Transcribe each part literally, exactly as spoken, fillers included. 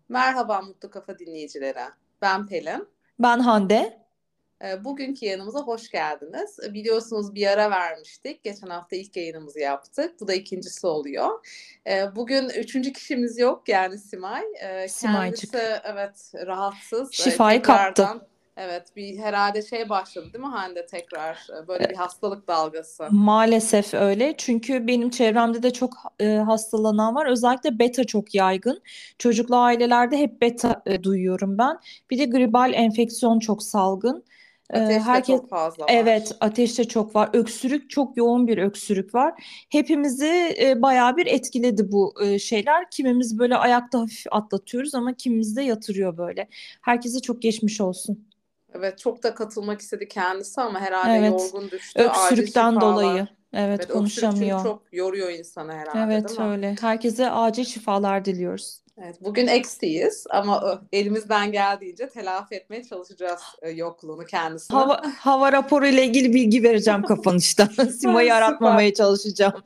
Merhaba Mutlu Kafa dinleyicilere. Ben Pelin. Ben Hande. Ee, Bugünkü yayınımıza hoş geldiniz. Ee, Biliyorsunuz bir ara vermiştik. Geçen hafta ilk yayınımızı yaptık. Bu da ikincisi oluyor. Ee, Bugün üçüncü kişimiz yok yani Simay. Ee, Kendisi Simaycık. evet rahatsız. Ee, Şifayı kaptı. Tekrardan evet bir herhalde şey başladı değil mi Hande tekrar Ee, böyle bir hastalık dalgası. Maalesef öyle. Çünkü benim çevremde de çok e, hastalanan var. Özellikle beta çok yaygın. Çocuklu ailelerde hep beta e, duyuyorum ben. Bir de gribal enfeksiyon çok salgın. E, Ateş de herkes çok fazla evet, var. ateşte çok var. Öksürük çok yoğun bir öksürük var. Hepimizi e, bayağı bir etkiledi bu e, şeyler. Kimimiz böyle ayakta hafif atlatıyoruz ama kimimiz de yatırıyor böyle. Herkese çok geçmiş olsun. Evet çok da katılmak istedi kendisi ama herhalde Evet. yorgun düştü. Acil Öksürükten dolayı. şifalar. Evet, Evet öksürük çünkü konuşamıyor. çok yoruyor insanı herhalde değil Evet, mi? öyle. Herkese acil şifalar diliyoruz. Evet bugün eksiyiz ama ö, elimizden geldiğince telafi etmeye çalışacağız e, yokluğunu kendisinin. Hava, hava raporu ile ilgili bilgi vereceğim kapanışta. Ay, Sima'yı süper. aratmamaya çalışacağım.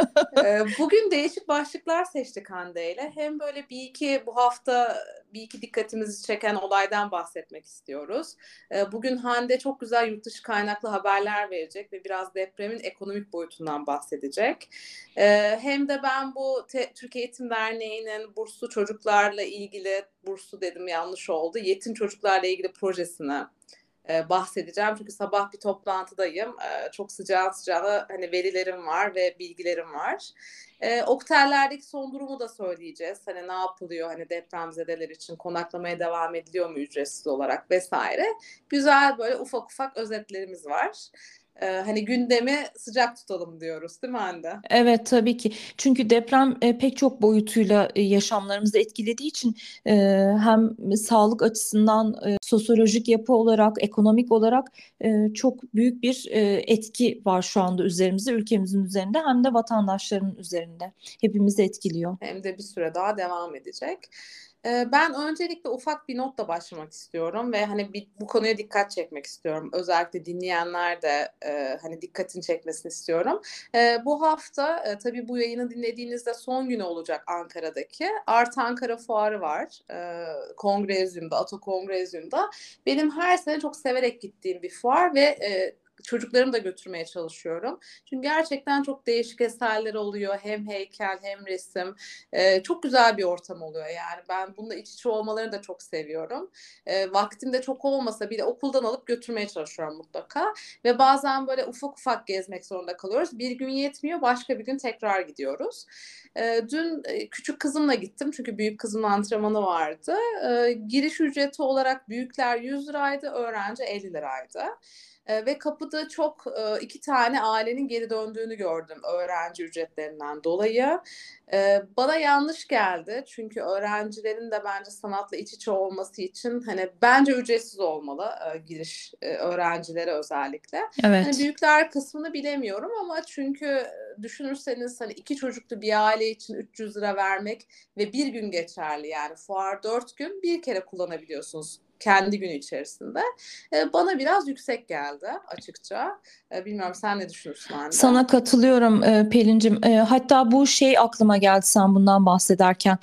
Ee, Bugün değişik başlıklar seçtik Hande ile. Hem böyle bir iki bu hafta bir iki dikkatimizi çeken olaydan bahsetmek istiyoruz. Ee, Bugün Hande çok güzel yurt dışı kaynaklı haberler verecek ve biraz depremin ekonomik boyutundan bahsedecek. Ee, Hem de ben bu Te- Türkiye Eğitim Derneği'nin burslu çocuklarla ilgili, burslu dedim yanlış oldu, yetim çocuklarla ilgili projesini e, bahsedeceğim. Çünkü sabah bir toplantıdayım. E, çok sıcağı sıcağına hani verilerim var ve bilgilerim var. E, Oktellerdeki son durumu da söyleyeceğiz. Hani ne yapılıyor hani depremzedeler için konaklamaya devam ediliyor mu ücretsiz olarak vesaire. Güzel böyle ufak ufak özetlerimiz var. E, hani gündemi sıcak tutalım diyoruz değil mi Hande? Evet, tabii ki. Çünkü deprem e, pek çok boyutuyla e, yaşamlarımızı etkilediği için e, hem sağlık açısından, e, sosyolojik yapı olarak, ekonomik olarak e, çok büyük bir e, etki var şu anda üzerimizde, ülkemizin üzerinde hem de vatandaşların üzerinde. Hepimizi etkiliyor. Hem de bir süre daha devam edecek. Ee, Ben öncelikle ufak bir notla başlamak istiyorum ve hani bir, bu konuya dikkat çekmek istiyorum. Özellikle dinleyenler de e, hani dikkatini çekmesini istiyorum. E, bu hafta e, tabii bu yayını dinlediğinizde son günü olacak Ankara'daki. Art Ankara Fuarı var. E, Kongrezyum'da, Ato Kongrezyum'da. Benim her sene çok severek gittiğim bir fuar ve e, çocuklarımı da götürmeye çalışıyorum. Çünkü gerçekten çok değişik eserler oluyor. Hem heykel hem resim. Ee, çok güzel bir ortam oluyor yani. Ben bununla iç içe olmalarını da çok seviyorum. Ee, vaktim de çok olmasa bile okuldan alıp götürmeye çalışıyorum mutlaka. Ve bazen böyle ufak ufak gezmek zorunda kalıyoruz. Bir gün yetmiyor, başka bir gün tekrar gidiyoruz. Ee, dün e, küçük kızımla gittim çünkü büyük kızımın antrenmanı vardı. Ee, giriş ücreti olarak büyükler yüz liraydı, öğrenci elli liraydı. E, ve kapıda çok e, iki tane ailenin geri döndüğünü gördüm öğrenci ücretlerinden dolayı. E, bana yanlış geldi çünkü öğrencilerin de bence sanatla iç içe olması için hani bence ücretsiz olmalı e, giriş e, öğrencilere özellikle. Hani Evet. büyükler kısmını bilemiyorum ama çünkü düşünürseniz hani iki çocuklu bir aile için üç yüz lira vermek ve bir gün geçerli yani fuar dört gün bir kere kullanabiliyorsunuz kendi günü içerisinde. E, bana biraz yüksek geldi açıkça. E, bilmiyorum sen ne düşünürsün Hande? Sana katılıyorum e, Pelin'cim. E, hatta bu şey aklıma geldi sen bundan bahsederken.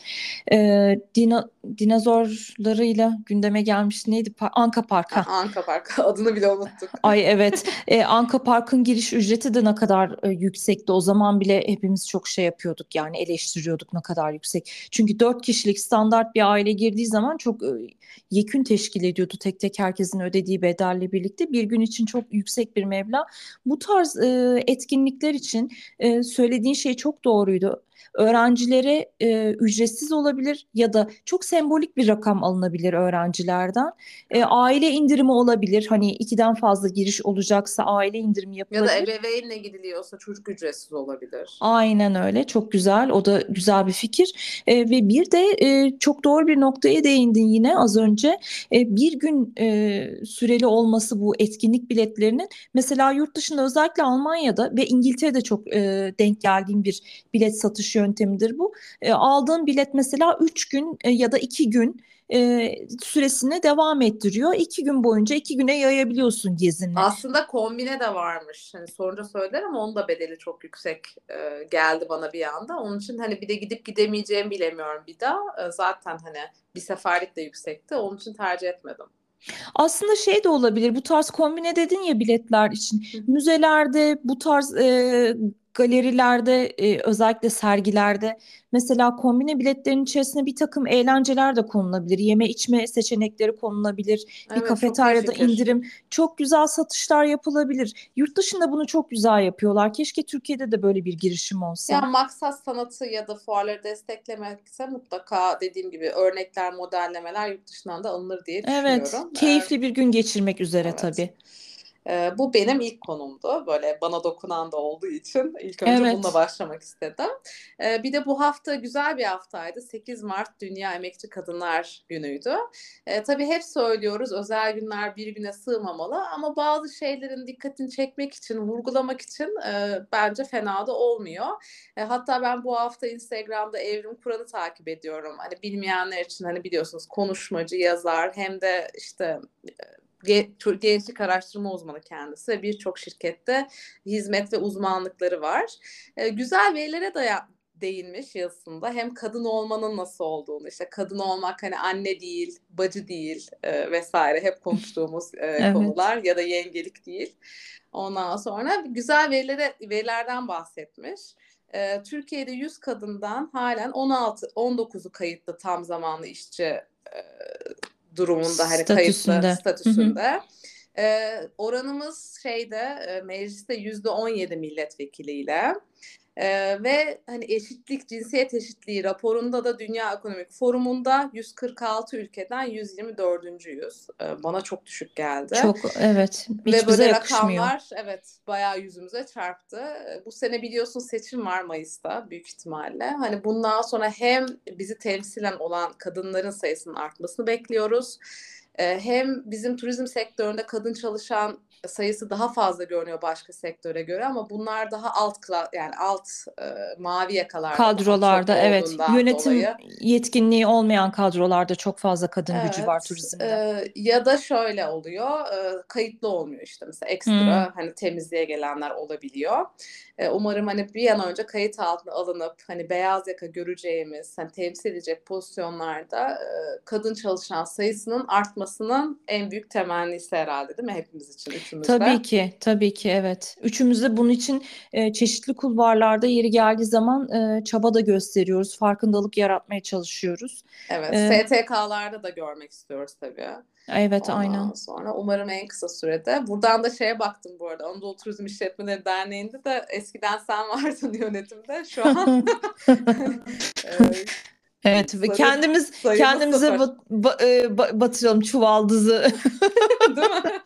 E, dino, dinozorlarıyla gündeme gelmiş neydi? Pa- Anka Park. Ha, Anka Park adını bile unuttuk. Ay, evet. E, Anka Park'ın giriş ücreti de ne kadar e, yüksekti. O zaman bile hepimiz çok şey yapıyorduk, yani eleştiriyorduk ne kadar yüksek. Çünkü dört kişilik standart bir aile girdiği zaman çok e, yekün teşkil ediyordu, tek tek herkesin ödediği bedelle birlikte. Bir gün için çok yüksek bir meblağ. Bu tarz e, etkinlikler için e, söylediğin şey çok doğruydu. Öğrencilere e, ücretsiz olabilir ya da çok sembolik bir rakam alınabilir öğrencilerden. E, Evet. aile indirimi olabilir. Hani ikiden fazla giriş olacaksa aile indirimi Ya da yapılabilir. ebeveynle gidiliyorsa çocuk ücretsiz olabilir. Aynen öyle. Çok güzel. O da güzel bir fikir. E, ve bir de e, çok doğru bir noktaya değindin yine az önce. E, bir gün e, süreli olması bu etkinlik biletlerinin, mesela yurt dışında özellikle Almanya'da ve İngiltere'de çok e, denk geldiğim bir bilet satış yöntemidir bu. E, aldığın bilet mesela üç gün e, ya da iki gün e, süresine devam ettiriyor. İki gün boyunca iki güne yayabiliyorsun gezini. Aslında kombine de varmış. Hani sorunca söyler ama onun da bedeli çok yüksek e, geldi bana bir anda. Onun için hani bir de gidip gidemeyeceğimi bilemiyorum bir daha. E, zaten hani bir seferlik de yüksekti. Onun için tercih etmedim. Aslında şey de olabilir, bu tarz kombine dedin ya biletler için. Hı hı. Müzelerde, bu tarz e, galerilerde, e, özellikle sergilerde mesela kombine biletlerin içerisine bir takım eğlenceler de konulabilir. Yeme içme seçenekleri konulabilir. Bir Evet, çok iyi kafeteryada fikir. indirim, çok güzel satışlar yapılabilir. Yurt dışında bunu çok güzel yapıyorlar. Keşke Türkiye'de de böyle bir girişim Ya olsa. maksat sanatı ya da fuarları desteklemekse mutlaka dediğim gibi örnekler, modellemeler yurt dışından da alınır diye Evet, düşünüyorum. Ee, keyifli bir gün geçirmek üzere evet. tabii. Ee, bu benim ilk konumdu. Böyle bana dokunan da olduğu için ilk önce bununla Evet. başlamak istedim. Ee, bir de bu hafta güzel bir haftaydı. sekiz Mart Dünya Emekçi Kadınlar Günü'ydü. Ee, tabii hep söylüyoruz özel günler bir güne sığmamalı ama bazı şeylerin dikkatini çekmek için, vurgulamak için e, bence fena da olmuyor. E, hatta ben bu hafta Instagram'da Evrim Kur'an'ı takip ediyorum. Hani bilmeyenler için hani biliyorsunuz konuşmacı, yazar hem de işte gençlik araştırma uzmanı kendisi ve birçok şirkette hizmet ve uzmanlıkları var. E, güzel verilere daya değinmiş yazısında. Hem kadın olmanın nasıl olduğunu, işte kadın olmak hani anne değil, bacı değil e, vesaire hep konuştuğumuz e, Evet. konular ya da yengelik değil. Ondan sonra güzel verilere, verilerden bahsetmiş. E, Türkiye'de yüz kadından halen on altı on dokuzu kayıtlı tam zamanlı işçi e, durumunda hani kayıtlı Statüsünde. Hı hı. statüsünde. Ee, oranımız şeyde e, mecliste yüzde on yedi milletvekiliyle. Ee, ve hani eşitlik, cinsiyet eşitliği raporunda da Dünya Ekonomik Forumu'nda yüz kırk altı ülkeden yüz yirmi dördüncüyüz. Ee, bana çok düşük geldi. Çok evet, Ve hiç bize böyle yakışmıyor. rakamlar evet bayağı yüzümüze çarptı. Ee, Bu sene biliyorsun seçim var Mayıs'ta büyük ihtimalle. Hani bundan sonra hem bizi temsilen olan kadınların sayısının artmasını bekliyoruz. Ee, Hem bizim turizm sektöründe kadın çalışan sayısı daha fazla görünüyor başka sektöre göre ama bunlar daha alt kla- yani alt e, mavi yakalarda daha çok Kadrolarda evet, olduğundan yönetim dolayı. yetkinliği olmayan kadrolarda çok fazla kadın gücü var Evet, turizmde. e, ya da şöyle oluyor, e, kayıtlı olmuyor işte mesela Hmm. ekstra hani temizliğe gelenler olabiliyor. E, umarım hani bir an önce kayıt altına alınıp hani beyaz yaka göreceğimiz, hani temsil edecek pozisyonlarda e, kadın çalışan sayısının artmasının en büyük temennisi herhalde değil mi hepimiz için, üçümüz de. Tabii ki, tabii ki evet. Üçümüz de bunun için e, çeşitli kulvarlarda yeri geldiği zaman e, çaba da gösteriyoruz, farkındalık yaratmaya çalışıyoruz. Evet, E, S T K'larda da görmek istiyoruz tabii. evet, Ondan aynen. sonra umarım en kısa sürede. Buradan da şeye baktım bu arada. Anadolu Turizm İşletmeleri Derneği'nde de eskiden sen vardın yönetimde. Şu an e, Evet, ve sarı kendimiz sayımız kendimize sıfır. ba- ba- e, ba- batıralım çuvaldızı. Değil mi?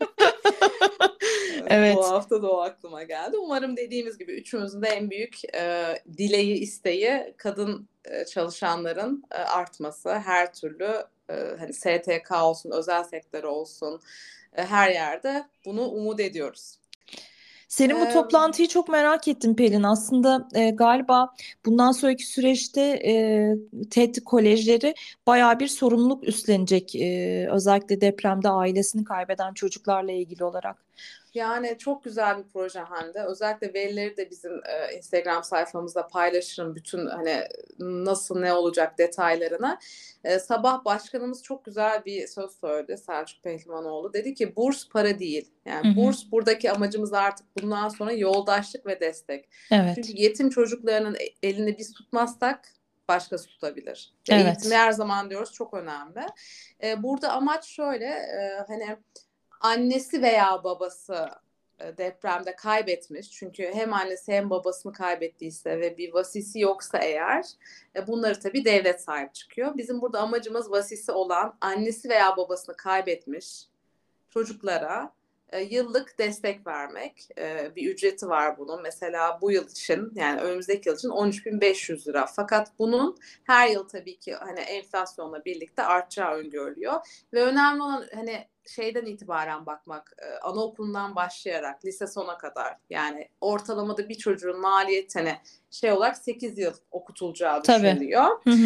Evet, bu Evet. hafta da o aklıma geldi. Umarım dediğimiz gibi üçümüzün de en büyük e, dileği, isteği kadın e, çalışanların e, artması. Her türlü e, hani S T K olsun, özel sektör olsun e, her yerde bunu umut ediyoruz. Senin bu E, toplantıyı çok merak ettim Pelin. Aslında e, galiba bundan sonraki süreçte e, TED kolejleri bayağı bir sorumluluk üstlenecek. E, özellikle depremde ailesini kaybeden çocuklarla ilgili olarak. Yani çok güzel bir proje Hande. Özellikle verileri de bizim e, Instagram sayfamızda paylaşırım. Bütün hani nasıl ne olacak detaylarını. E, sabah başkanımız çok güzel bir söz söyledi Selçuk Pehlivanoğlu. Dedi ki burs para değil. Hı Yani hı. burs buradaki amacımız artık bundan sonra yoldaşlık ve destek. Çünkü Evet. yetim çocuklarının e, elini biz tutmazsak başkası tutabilir. Ve eğitimi Evet. her zaman diyoruz çok önemli. E, burada amaç şöyle e, hani annesi veya babası e, depremde kaybetmiş. Çünkü hem annesi hem babasını kaybettiyse ve bir vasisi yoksa eğer e, bunları tabii devlet sahip çıkıyor. Bizim burada amacımız vasisi olan annesi veya babasını kaybetmiş çocuklara e, yıllık destek vermek. E, bir ücreti var bunun. Mesela bu yıl için yani önümüzdeki yıl için on üç bin beş yüz lira. Fakat bunun her yıl tabii ki hani enflasyonla birlikte artacağı öngörülüyor. Ve önemli olan hani şeyden itibaren bakmak, e, anaokulundan başlayarak lise sona kadar yani ortalamada bir çocuğun maliyeti hani şey olarak sekiz yıl okutulacağı Tabii. düşünülüyor. Hı hı.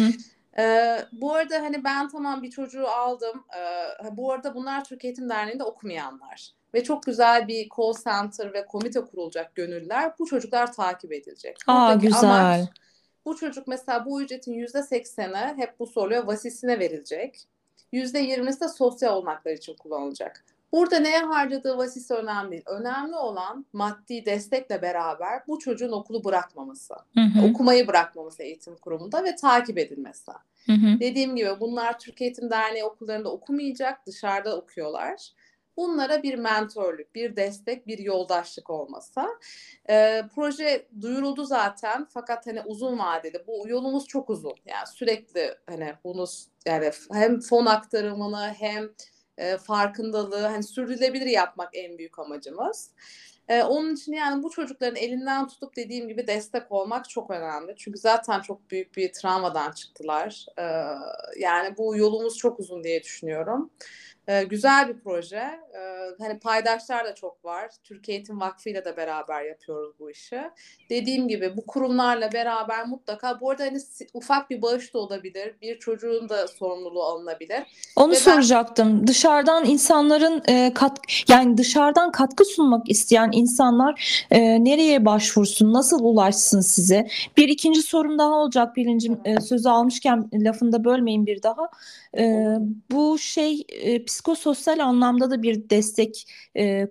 Ee, bu arada hani ben tamam bir çocuğu aldım. Ee, bu arada bunlar Türk Eğitim Derneği'nde okumayanlar. Ve çok güzel bir call center ve komite kurulacak gönüllüler. Bu çocuklar takip edilecek. Aa, Buradaki güzel. amaç bu çocuk mesela bu ücretin yüzde sekseni hep bu soruyor vasisine verilecek. Yüzde yirmisi de sosyal olanaklar için kullanılacak. Burada neye harcadığı vasisi önemli değil. Önemli olan maddi destekle beraber bu çocuğun okulu bırakmaması. Hı hı, Okumayı bırakmaması eğitim kurumunda ve takip edilmesi. hı hı. Dediğim gibi bunlar Türk Eğitim Derneği okullarında okumayacak, dışarıda okuyorlar. Bunlara bir mentorluk, bir destek, bir yoldaşlık olmasa. Ee, proje duyuruldu zaten fakat hani uzun vadeli bu yolumuz çok uzun. Yani sürekli hani bunu yani hem fon aktarımını hem e, farkındalığı hani sürdürülebilir yapmak en büyük amacımız. Ee, onun için yani bu çocukların elinden tutup dediğim gibi destek olmak çok önemli. Çünkü zaten çok büyük bir travmadan çıktılar. Ee, yani bu yolumuz çok uzun diye düşünüyorum. Ee, güzel bir proje. Ee, hani paydaşlar da çok var. Türkiye Eğitim Vakfı ile de beraber yapıyoruz bu işi. Dediğim gibi bu kurumlarla beraber mutlaka bu arada hani ufak bir bağış da olabilir. Bir çocuğun da sorumluluğu alınabilir. Onu Ve ben soracaktım. Dışarıdan insanların e, kat yani dışarıdan katkı sunmak isteyen insanlar e, nereye başvursun, nasıl ulaşsın size? Bir ikinci sorum daha olacak Pelin'cim. E, sözü almışken lafını da bölmeyin bir daha. E, olur mu? bu şey e, psikososyal anlamda da bir destek e, e,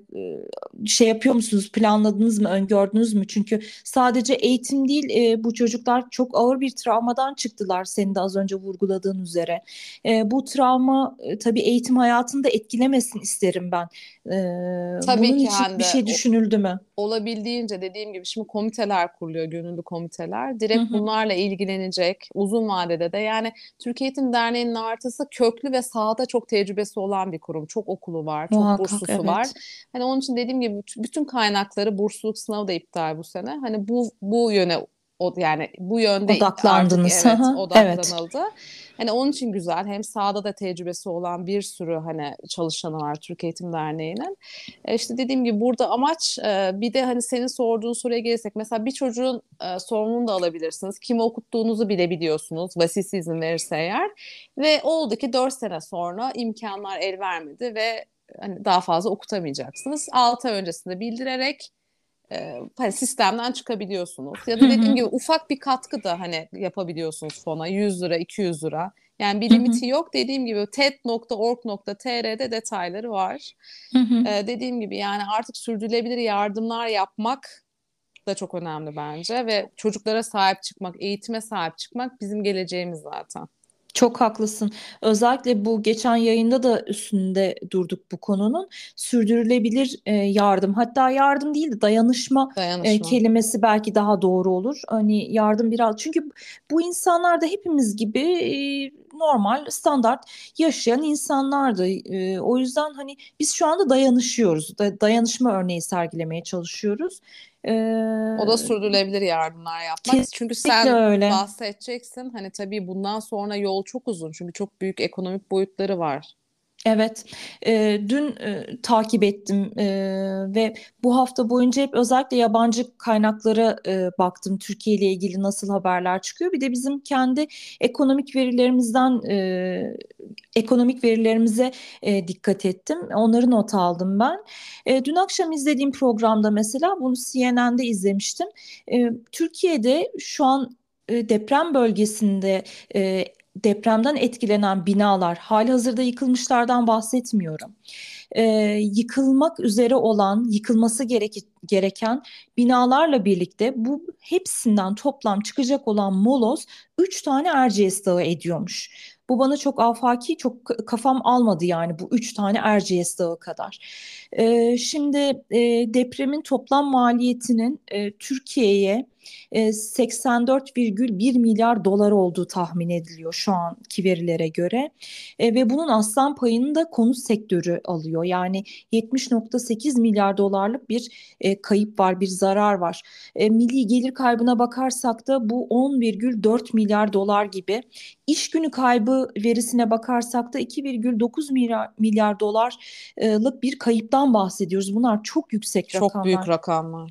şey yapıyor musunuz? Planladınız mı, öngördünüz mü? Çünkü sadece eğitim değil, e, bu çocuklar çok ağır bir travmadan çıktılar. Senin de az önce vurguladığın üzere. E, bu travma e, tabii eğitim hayatını da etkilemesin isterim ben. E, Tabii bunun ki için bir Hande. şey O, düşünüldü mü? olabildiğince dediğim gibi şimdi komiteler kuruluyor, gönüllü komiteler. Hı Direkt hı, bunlarla ilgilenecek uzun vadede de yani Türkiye Eğitim Derneği'nin artısı köklü ve sahada çok tecrübesi olan bir kurum. Çok okulu var, çok muhakkak burslusu var. evet. Hani onun için dediğim gibi bütün kaynakları bursluluk sınavı da iptal bu sene. Hani bu bu yöne o yani bu yönde artık Odaklandınız. Hı evet hı, evet. odaklanıldı. Hani onun için güzel. Hem sahada da tecrübesi olan bir sürü hani çalışanı var Türkiye Eğitim Derneği'nin. E işte dediğim gibi burada amaç e, bir de hani senin sorduğun soruya gelirsek mesela bir çocuğun e, sorumluluğunu da alabilirsiniz. Kimi okuttuğunuzu bilebiliyorsunuz. Vasisi izin verirse eğer. Ve oldu ki dört sene sonra imkanlar el vermedi ve hani daha fazla okutamayacaksınız. altı ay öncesinde bildirerek e, hani sistemden çıkabiliyorsunuz. Ya Hı da dediğim hı, gibi ufak bir katkı da hani yapabiliyorsunuz fona yüz lira, iki yüz lira. Yani bir hı hı, limiti yok. Dediğim gibi ted nokta org nokta tr'de detayları var. hı hı. Ee, dediğim gibi yani artık sürdürülebilir yardımlar yapmak da çok önemli bence ve çocuklara sahip çıkmak, eğitime sahip çıkmak bizim geleceğimiz zaten. Çok haklısın. Özellikle bu geçen yayında da üstünde durduk bu konunun. Sürdürülebilir e, yardım, hatta yardım değil de dayanışma e, Dayanışma. kelimesi belki daha doğru olur. Hani yardım biraz çünkü bu insanlar da hepimiz gibi e, normal, standart yaşayan insanlardı. E, o yüzden hani biz şu anda dayanışıyoruz. Da, dayanışma örneği sergilemeye çalışıyoruz. E, O da sürdürülebilir yardımlar yapmak. Çünkü kesinlikle sen öyle. bahsedeceksin. Hani tabii bundan sonra yol çok uzun. Çünkü çok büyük ekonomik boyutları var. Evet, e, dün e, takip ettim e, ve bu hafta boyunca hep özellikle yabancı kaynaklara e, baktım. Türkiye ile ilgili nasıl haberler çıkıyor. Bir de bizim kendi ekonomik verilerimizden e, ekonomik verilerimize e, dikkat ettim. Onları not aldım ben. E, dün akşam izlediğim programda mesela bunu C N N'de izlemiştim. E, Türkiye'de şu an e, deprem bölgesinde e, depremden etkilenen binalar, halihazırda yıkılmışlardan bahsetmiyorum. Ee, yıkılmak üzere olan, yıkılması gerek- gereken binalarla birlikte bu hepsinden toplam çıkacak olan moloz üç tane Erciyes Dağı ediyormuş. Bu bana çok afaki, çok k- kafam almadı yani bu üç tane Erciyes Dağı kadar. Ee, şimdi e, depremin toplam maliyetinin e, Türkiye'ye e, seksen dört virgül bir milyar dolar olduğu tahmin ediliyor şu anki verilere göre. E, ve bunun aslan payını da konut sektörü alıyor. Yani yetmiş nokta sekiz milyar dolarlık bir e, kayıp var, bir zarar var. E, milli gelir kaybına bakarsak da bu on virgül dört milyar dolar gibi. İş günü kaybı verisine bakarsak da iki virgül dokuz milyar, milyar dolarlık bir kayıptan bahsediyoruz. Bunlar çok yüksek Çok büyük rakamlar. rakamlar.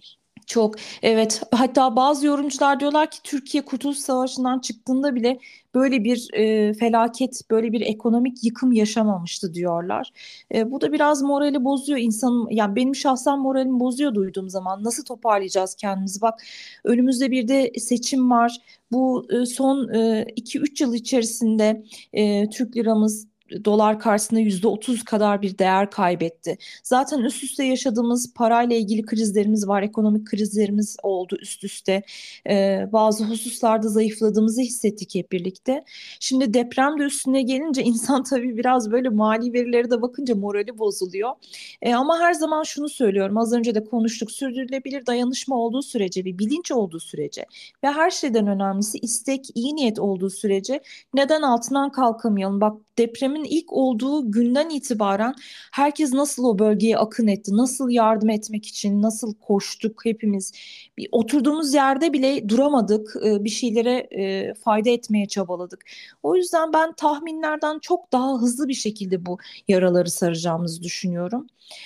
Çok, evet. Hatta bazı yorumcular diyorlar ki Türkiye Kurtuluş Savaşı'ndan çıktığında bile böyle bir e, felaket, böyle bir ekonomik yıkım yaşamamıştı diyorlar. E, bu da biraz morali bozuyor insanın. Yani benim şahsen moralimi bozuyor duyduğum zaman. Nasıl toparlayacağız kendimizi? Bak, önümüzde bir de seçim var. Bu e, son iki üç yıl içerisinde e, Türk liramız dolar karşısında yüzde otuz kadar bir değer kaybetti. Zaten üst üste yaşadığımız parayla ilgili krizlerimiz var, ekonomik krizlerimiz oldu üst üste. Ee, bazı hususlarda zayıfladığımızı hissettik hep birlikte. Şimdi deprem de üstüne gelince insan tabii biraz böyle mali verilere de bakınca morali bozuluyor. Ee, ama her zaman şunu söylüyorum, az önce de konuştuk, sürdürülebilir dayanışma olduğu sürece ve bilinç olduğu sürece ve her şeyden önemlisi istek, iyi niyet olduğu sürece neden altından kalkamayalım? Bak, depremin ilk olduğu günden itibaren herkes nasıl o bölgeye akın etti, nasıl yardım etmek için, nasıl koştuk hepimiz. Bir oturduğumuz yerde bile duramadık, e, bir şeylere e, fayda etmeye çabaladık. O yüzden ben tahminlerden çok daha hızlı bir şekilde bu yaraları saracağımızı düşünüyorum.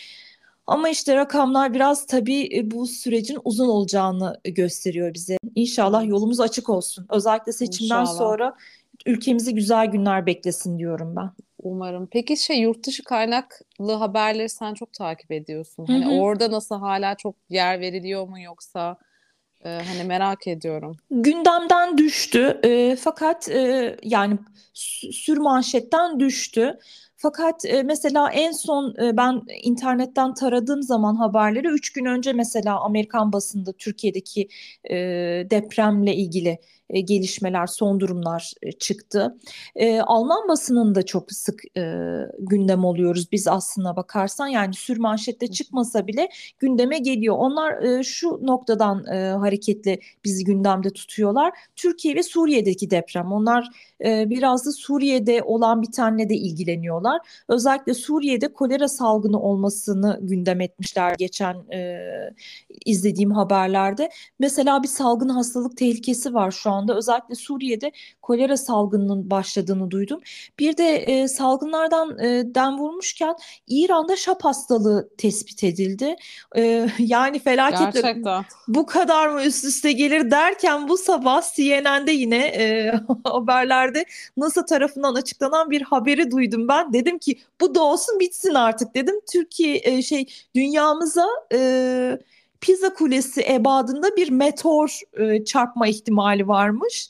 Ama işte rakamlar biraz tabii e, bu sürecin uzun olacağını gösteriyor bize. İnşallah Evet, yolumuz açık olsun. Özellikle seçimden inşallah. sonra ülkemizi güzel günler beklesin diyorum ben. Umarım. Peki şey, yurt dışı kaynaklı haberleri sen çok takip ediyorsun. Hı Hani hı. orada nasıl, hala çok yer veriliyor mu yoksa e, hani merak ediyorum. Gündemden düştü. E, fakat e, yani sü- sürmanşetten düştü. Fakat e, mesela en son e, ben internetten taradığım zaman haberleri üç gün önce mesela Amerikan basında Türkiye'deki e, depremle ilgili e, gelişmeler, son durumlar e, çıktı. E, Alman basınında çok sık e, gündem oluyoruz biz aslına bakarsan. Yani sürmanşette çıkmasa bile gündeme geliyor. Onlar e, şu noktadan e, hareketle bizi gündemde tutuyorlar. Türkiye ve Suriye'deki deprem. Onlar e, biraz da Suriye'de olan bitenle de ilgileniyorlar. Özellikle Suriye'de kolera salgını olmasını gündem etmişler geçen e, izlediğim haberlerde. Mesela bir salgın hastalık tehlikesi var şu anda. Özellikle Suriye'de kolera salgınının başladığını duydum. Bir de e, salgınlardan e, dem vurmuşken İran'da şap hastalığı tespit edildi. E, yani felaketler Gerçekten. bu kadar mı üst üste gelir derken bu sabah C N N'de yine e, haberlerde NASA tarafından açıklanan bir haberi duydum ben. Dedim ki bu da olsun bitsin artık dedim. Türkiye e, şey dünyamıza e, Pisa Kulesi ebadında bir meteor e, çarpma ihtimali varmış.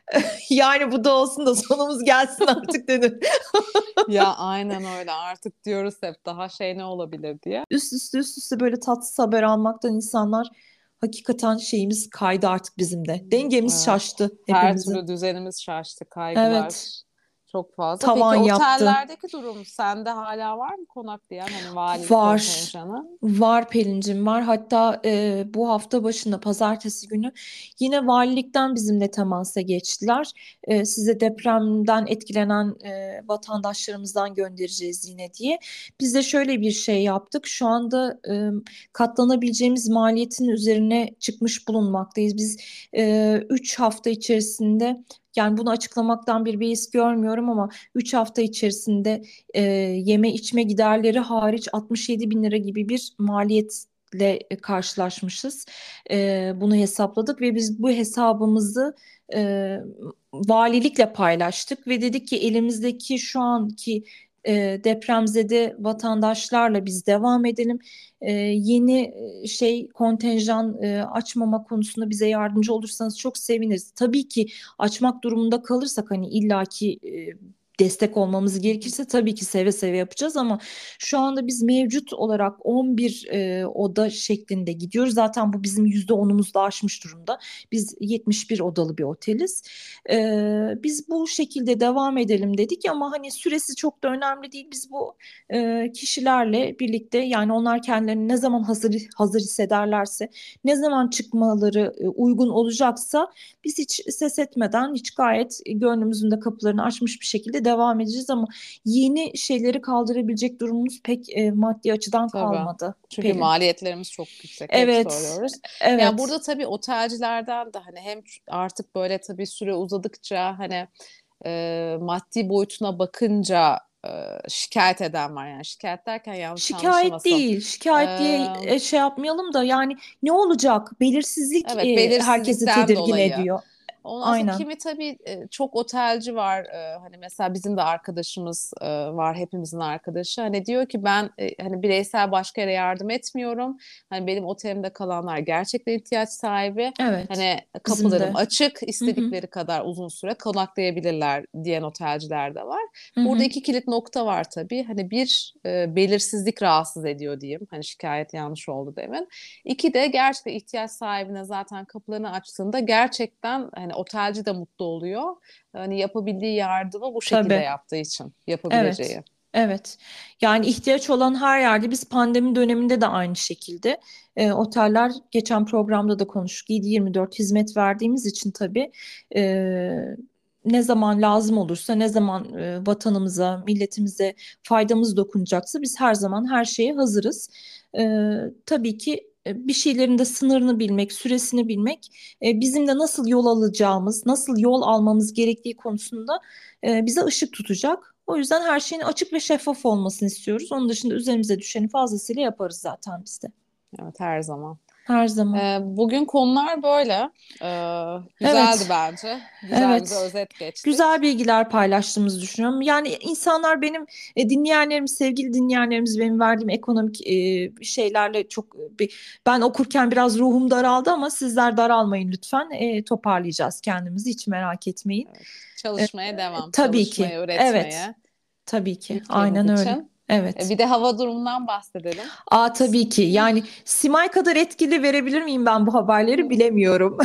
Yani bu da olsun da sonumuz gelsin artık dedim. Ya aynen öyle, artık diyoruz hep daha şey ne olabilir diye. Üst üste üst üste böyle tatsız haber almaktan insanlar hakikaten şeyimiz kaydı artık bizim de. Dengemiz Evet. şaştı Her hepimizin. türlü düzenimiz şaştı, Evet, kaygılar çok fazla. tavan Peki yaptı. otellerdeki durum sende hala var mı konaklayan, hani valilik Var. kontenjanı? Var Pelin'cim var. Hatta e, bu hafta başında pazartesi günü yine valilikten bizimle temasa geçtiler. E, size depremden etkilenen e, vatandaşlarımızdan göndereceğiz yine diye. Biz de şöyle bir şey yaptık. Şu anda e, katlanabileceğimiz maliyetin üzerine çıkmış bulunmaktayız. Biz üç hafta içerisinde, yani bunu açıklamaktan bir beis görmüyorum ama üç hafta içerisinde e, yeme içme giderleri hariç altmış yedi bin lira gibi bir maliyetle e, karşılaşmışız. E, bunu hesapladık ve biz bu hesabımızı e, valilikle paylaştık ve dedik ki elimizdeki şu anki e, depremzede vatandaşlarla biz devam edelim. E, yeni e, şey kontenjan e, açmama konusunda bize yardımcı olursanız çok seviniriz. Tabii ki açmak durumunda kalırsak hani illaki e, destek olmamız gerekirse tabii ki seve seve yapacağız ama şu anda biz mevcut olarak on bir e, oda şeklinde gidiyoruz. Zaten bu bizim yüzde onumuzu da aşmış durumda. Biz yetmiş bir odalı bir oteliz. E, Biz bu şekilde devam edelim dedik ama hani süresi çok da önemli değil. Biz bu e, kişilerle birlikte, yani onlar kendilerini ne zaman hazır hazır hissederlerse, ne zaman çıkmaları e, uygun olacaksa biz hiç ses etmeden, hiç gayet gönlümüzün de kapılarını açmış bir şekilde devam edeceğiz ama yeni şeyleri kaldırabilecek durumumuz pek e, maddi açıdan Tabii. kalmadı Çünkü Pelin. maliyetlerimiz çok yüksek. Hep Evet, söylüyoruz. Yani evet. burada tabii otelcilerden de hani hem artık böyle tabii süre uzadıkça hani e, maddi boyutuna bakınca e, şikayet eden var. Yani şikayet derken yanlış Şikayet anlaşılmasın. değil, şikayet diye Ee, e, şey yapmayalım da yani ne olacak? Belirsizlik evet, e, herkesi belirsizlikten tedirgin dolayı. ediyor. Ondan sonra Aynen. kimi tabii e, çok otelci var. E, hani mesela bizim de arkadaşımız e, var, hepimizin arkadaşı. Hani diyor ki ben e, hani bireysel başka yere yardım etmiyorum. Hani benim otelimde kalanlar gerçekten ihtiyaç sahibi. Evet. Hani Bizim kapılarım de. açık, Hı hı. istedikleri kadar uzun süre konaklayabilirler diyen otelciler de var. Hı Burada hı. iki kilit nokta var tabii. Hani bir e, belirsizlik rahatsız ediyor diyeyim. Hani şikayet yanlış oldu demin. İki de gerçekten ihtiyaç sahibine zaten kapılarını açtığında gerçekten hani otelci de mutlu oluyor. Hani yapabildiği yardımı bu şekilde Tabii. yaptığı için Evet. yapabileceği. Evet. Yani ihtiyaç olan her yerde biz pandemi döneminde de aynı şekilde e, oteller geçen programda da konuştuk. yedi yirmi dört hizmet verdiğimiz için tabii e, ne zaman lazım olursa ne zaman e, vatanımıza, milletimize faydamız dokunacaksa biz her zaman her şeye hazırız. E, tabii ki e, bir şeylerin de sınırını bilmek, süresini bilmek, e, bizim de nasıl yol alacağımız, nasıl yol almamız gerektiği konusunda e, bize ışık tutacak. O yüzden her şeyin açık ve şeffaf olmasını istiyoruz. Onun dışında üzerimize düşeni fazlasıyla yaparız zaten biz de. Evet, her zaman. Her zaman. Ee, bugün konular böyle. Ee, güzeldi Evet, bence. Güzel güzel evet. özet Güzel geçtik. bilgiler paylaştığımızı düşünüyorum. Yani insanlar benim e, dinleyenlerimiz, sevgili dinleyenlerimiz benim verdiğim ekonomik e, şeylerle çok e, bir, ben okurken biraz ruhum daraldı ama sizler daralmayın lütfen. E, toparlayacağız kendimizi hiç merak etmeyin. Evet. E, Çalışmaya devam. tabii ki. Çalışmaya, Evet. üretmeye Tabii ki. ülkemiz Aynen öyle. için. Ee, Evet. bir de hava durumundan bahsedelim. Aa tabii ki. Yani Simay kadar etkili verebilir miyim ben bu haberleri bilemiyorum.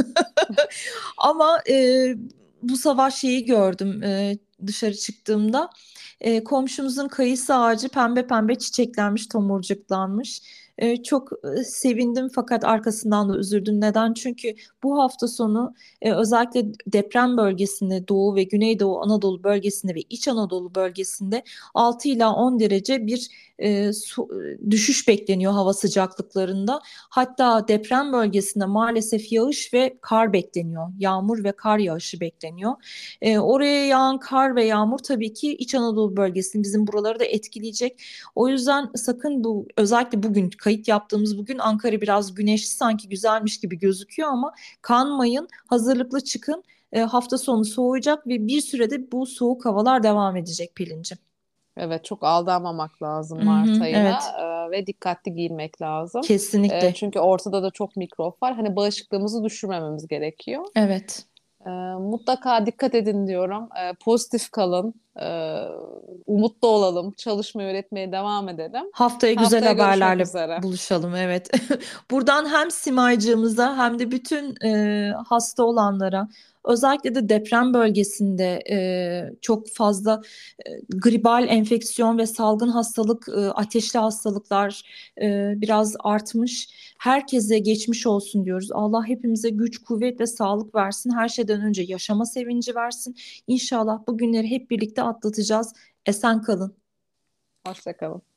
Ama e, bu sabah şeyi gördüm e, dışarı çıktığımda. E, komşumuzun kayısı ağacı pembe pembe çiçeklenmiş, tomurcuklanmış. E, çok e, sevindim fakat arkasından da üzüldüm. Neden? Çünkü bu hafta sonu e, özellikle deprem bölgesinde, Doğu ve Güneydoğu Anadolu bölgesinde ve İç Anadolu bölgesinde altı ila on derece bir e, su- düşüş bekleniyor hava sıcaklıklarında. Hatta deprem bölgesinde maalesef yağış ve kar bekleniyor. Yağmur ve kar yağışı bekleniyor. Ee, oraya yağan kar ve yağmur tabii ki İç Anadolu bölgesini bizim buraları da etkileyecek. O yüzden sakın bu özellikle bugün kayıt yaptığımız bugün Ankara biraz güneşli sanki güzelmiş gibi gözüküyor ama kanmayın, hazırlıklı çıkın. Ee, hafta sonu soğuyacak ve bir sürede bu soğuk havalar devam edecek Pelin'cim. Evet, çok aldanmamak lazım Hı Mart hı, ayına evet, e, ve dikkatli giyinmek lazım. E, kesinlikle. çünkü ortada da çok mikrop var. Hani bağışıklığımızı düşürmememiz gerekiyor. Evet. E, mutlaka dikkat edin diyorum. E, pozitif kalın. E, umutlu olalım. Çalışmayı üretmeye devam edelim. Haftaya güzel Haftaya görüşmek haberlerle üzere. buluşalım. Evet. Buradan hem Simaycığımıza hem de bütün e, hasta olanlara özellikle de deprem bölgesinde e, çok fazla e, gribal enfeksiyon ve salgın hastalık, e, ateşli hastalıklar e, biraz artmış. Herkese geçmiş olsun diyoruz. Allah hepimize güç, kuvvet ve sağlık versin. Her şeyden önce yaşama sevinci versin. İnşallah bu günleri hep birlikte atlatacağız. Esen kalın. Hoşça kalın.